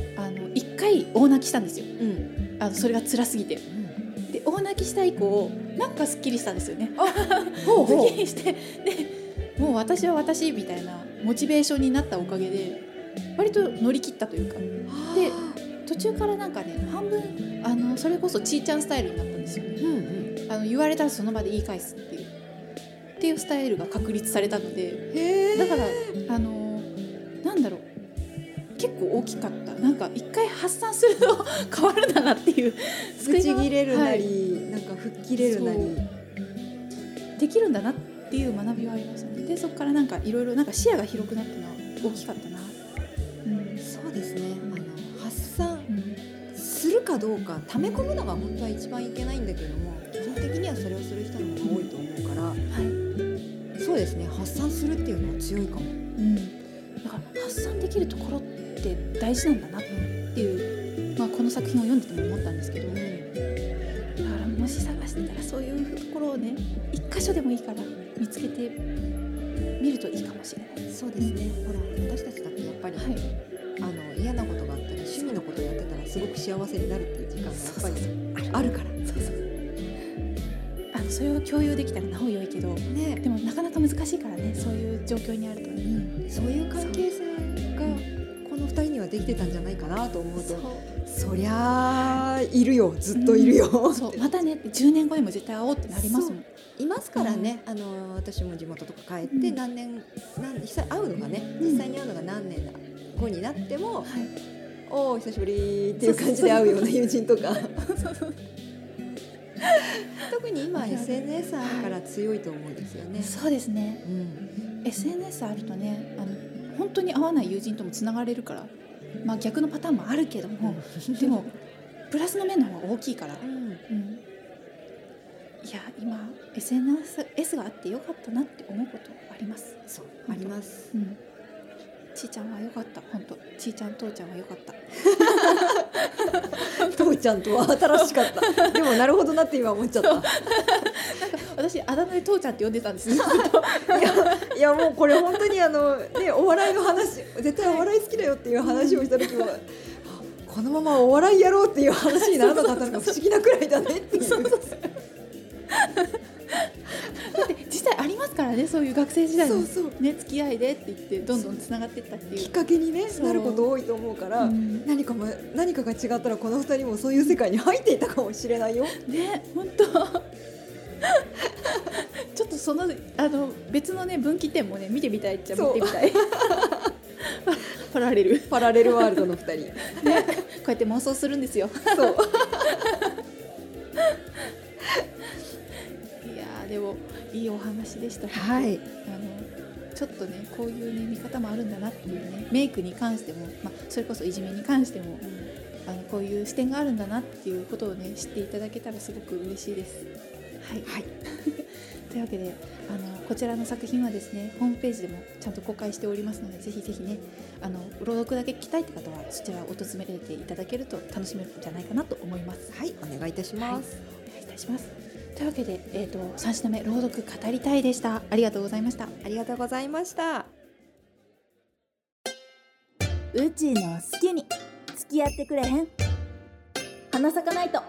一回大泣きしたんですよ、それが辛すぎて、で大泣きした以降なんかすっきりしたんですよね。 ほうほうすっきりしてでもう私は私みたいなモチベーションになったおかげで割と乗り切ったというか、で途中からなんかね半分それこそちーちゃんスタイルになったんですよね。言われたらその場で言い返すっていうスタイルが確立されたので、だからなんだろう、結構大きかった。なんか一回発散すると変わるんだなっていうぶち切れるなり、なんか吹っ切れるなりできるんだなっていう学びはありましたね。でそこからなんかいろいろなんか視野が広くなったのは大きかったな。 そうですね。発散するかどうか、溜め込むのが本当は一番いけないんだけども、基本的にはそれをする人の方が多いと思うから、そうですね、発散するっていうのは強いかも。 だから発散できるところって大事なんだなっていう、この作品を読んでても思ったんですけど、だからもし探してたらそういうところをね、一箇所でもいいから見つけてみるといいかもしれない。 そうですね。ほら私たちだってやっぱり、嫌なことがあったり趣味のことをやってたらすごく幸せになるっていう時間がやっぱりあるから。 それを共有できたらなお良いけど、でもなかなか難しいからね、そういう状況にあるとね、 そういう関係性がこの2人にはできてたんじゃないかなと思うと、そりゃあいるよ、ずっといるよ、 そうまたね10年後にも絶対会おうってなりますもん。 いますからね、私も地元とか帰って何年、実際会うのがね、実際に会うのが何年後になっても、おー久しぶりっていう感じで会うような友人とか特に今 SNS あるから強いと思うんですよね。 そうですね、SNS あるとね、本当に会わない友人ともつながれるから、逆のパターンもあるけどもでもプラスの面の方が大きいから、いや今 SNS があってよかったなって思うことあります。 そうあります、 ちーちゃんはよかった。本当ちーちゃん父ちゃんはよかった父ちゃんとは新しかったでもなるほどなって今思っちゃった。なんか私あだ名で父ちゃんって呼んでたんですよいやもうこれ本当にお笑いの話、絶対お笑い好きだよっていう話をした時は、このままお笑いやろうっていう話にならなかったのが不思議なくらいだねっていう。 だって実際ありますからね、そういう学生時代の、ね、付き合いでって言ってどんどんつながっていったっていうきっかけに、なること多いと思うから、何かが違ったらこの2人もそういう世界に入っていたかもしれないよね。本当ちょっとその別のね分岐点もね見てみたいっちゃ見てみたいパラレルワールドの2人、ね、こうやって妄想するんですよ。そういやでもいいお話でした。ちょっとねこういうね見方もあるんだなっていうね、メイクに関しても、それこそいじめに関しても、こういう視点があるんだなっていうことをね知っていただけたらすごく嬉しいです。というわけでこちらの作品はですね、ホームページでもちゃんと公開しておりますので、ぜひぜひね朗読だけ聞きたいって方はそちらを訪れていただけると楽しめるんじゃないかなと思います。 お願いいたします。 お願いいたします。というわけで、3品目朗読語りたいでした。ありがとうございました。 ありがとうございました。 うちの好きに付き合ってくれへん？花咲かないと。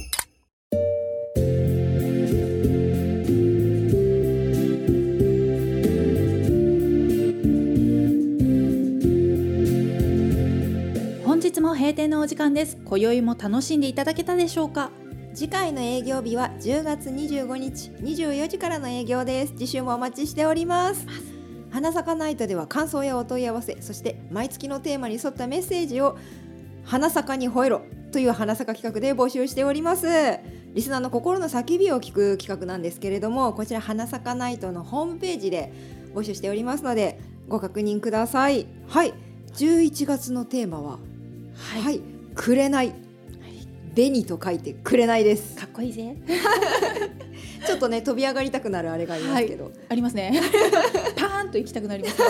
本日も閉店のお時間です。今宵も楽しんでいただけたでしょうか？ 次回の営業日は10月25日24時からの営業です。次週もお待ちしております。花咲かナイトでは感想やお問い合わせ、そして毎月のテーマに沿ったメッセージを花咲に吠えろという花咲企画で募集しております。リスナーの心の叫びを聞く企画なんですけれども、こちら花咲かナイトのホームページで募集しておりますのでご確認ください。11月のテーマはくれない、紅と書いてくれないです。 かっこいいぜちょっとね飛び上がりたくなるあれがありますけど、 ありますねパーンと行きたくなります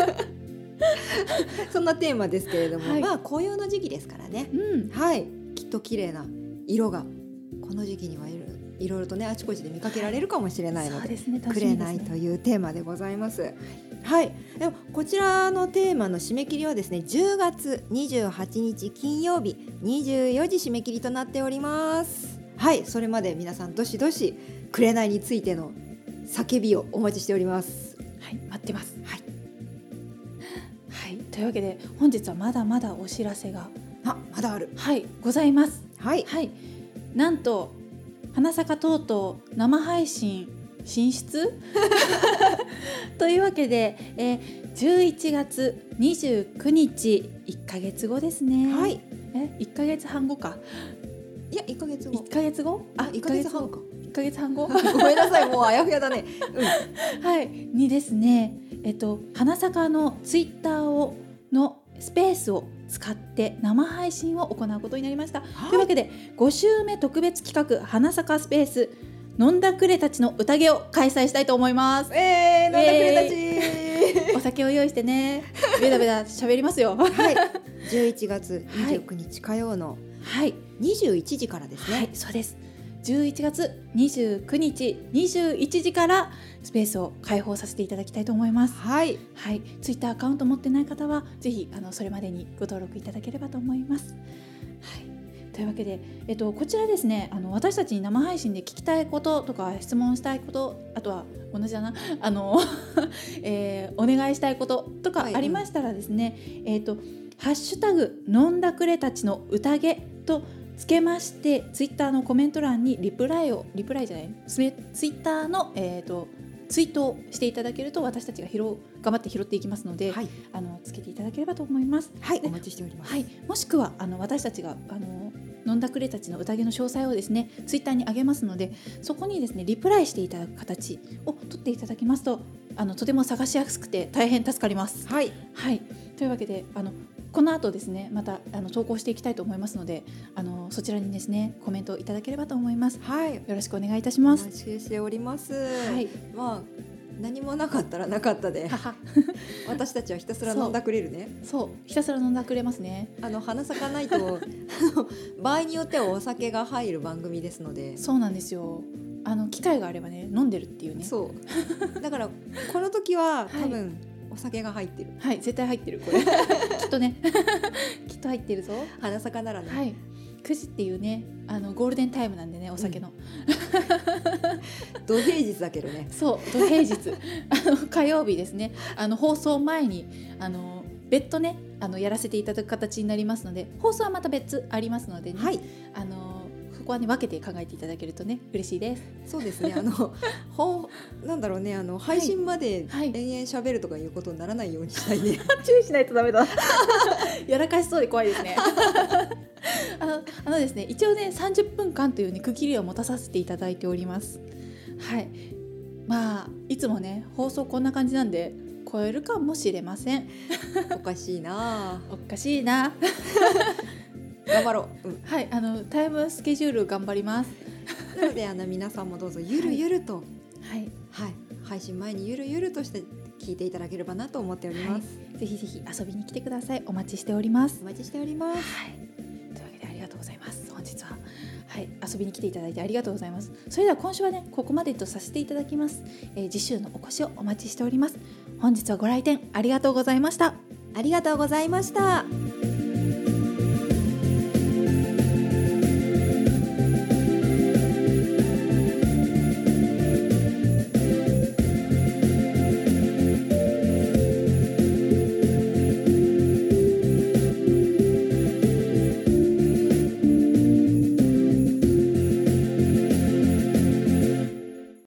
そんなテーマですけれども、紅葉の時期ですからね、きっと綺麗な色がこの時期にはいろいろとねあちこちで見かけられるかもしれないので、くれないというテーマでございます。でもこちらのテーマの締め切りはですね、10月28日金曜日24時締め切りとなっております。 はい、それまで皆さんどしどし紅についての叫びをお待ちしております。 はい、待ってます。 はい、 はい、というわけで本日はまだまだお知らせがまだある。 はい、ございます。 はい、 はい、なんと花坂とうとう生配信進出というわけで、11月29日1ヶ月後ですね。 はい、 1ヶ月半後か。 いや1ヶ月後。 1ヶ月後？あ、 1ヶ月半か。 1ヶ月半後。 ごめんなさい、もうあやふやだね。 はい、にですね、花坂のツイッターのスペースを使って生配信を行うことになりました。というわけで5週目特別企画花坂スペース飲んだくれたちの宴を開催したいと思います。 飲んだくれたち。 お酒を用意してね、ベラベラ喋りますよ。 はい、11月29日火曜の21時からですね。 はい、そうです。11月29日21時からスペースを開放させていただきたいと思います。 はい、 はい、ツイッターアカウント持ってない方はぜひそれまでにご登録いただければと思います。はい、というわけで、こちらですね、私たちに生配信で聞きたいこととか質問したいこと、あとは同じだなお願いしたいこととかありましたらですね、ハッシュタグ飲んだくれたちの宴とつけましてツイッターのコメント欄にツイッターの、ツイートをしていただけると私たちが頑張って拾っていきますので、はい、つけていただければと思います。 はい、お待ちしております。 はい、もしくは私たちが飲んだくれたちの宴の詳細をですねツイッターに上げますので、そこにですねリプライしていただく形を取っていただきますととても探しやすくて大変助かります。 はい、 はい、というわけでこの後ですねまた投稿していきたいと思いますのでそちらにですねコメントいただければと思います。 はい、 よろしくお願いいたします。 お待ちしております。 はい、 まあ何もなかったらなかったで私たちはひたすら飲んだくれるね。 そうひたすら飲んだくれますね。 花咲かないと場合によってはお酒が入る番組ですので。 そうなんですよ。機会があればね飲んでるっていうね。 そうだからこの時は多分、はい、お酒が入ってる。 はい、絶対入ってるこれきっとねきっと入ってるぞ。 花坂ならね。 はい、9時っていうねゴールデンタイムなんでねお酒の、 土平日だけどね。 そう土平日火曜日ですね放送前に別途ねやらせていただく形になりますので、放送はまた別ありますのでね、 はい、 そこはね分けて考えていただけるとね嬉しいです。 そうですねなんだろうね配信まで延々喋るとかいうことにならないようにしたいね。 注意しないとダメだやらかしそうで怖いですねですね一応ね30分間という、ね、区切りを持たさせていただいております。はい、まあいつもね放送こんな感じなんで超えるかもしれませんおかしいなおかしいな頑張ろう、 はい、タイムスケジュール頑張りますなので皆さんもどうぞゆるゆると、 はいはい、配信前にゆるゆるとして聞いていただければなと思っております、 はい、ぜひぜひ遊びに来てください。お待ちしております。 お待ちしております、 はい、というわけでありがとうございます。本日は、はい、遊びに来ていただいてありがとうございます。それでは今週はねここまでとさせていただきます、次週のお越しをお待ちしております。本日はご来店ありがとうございました。 ありがとうございました。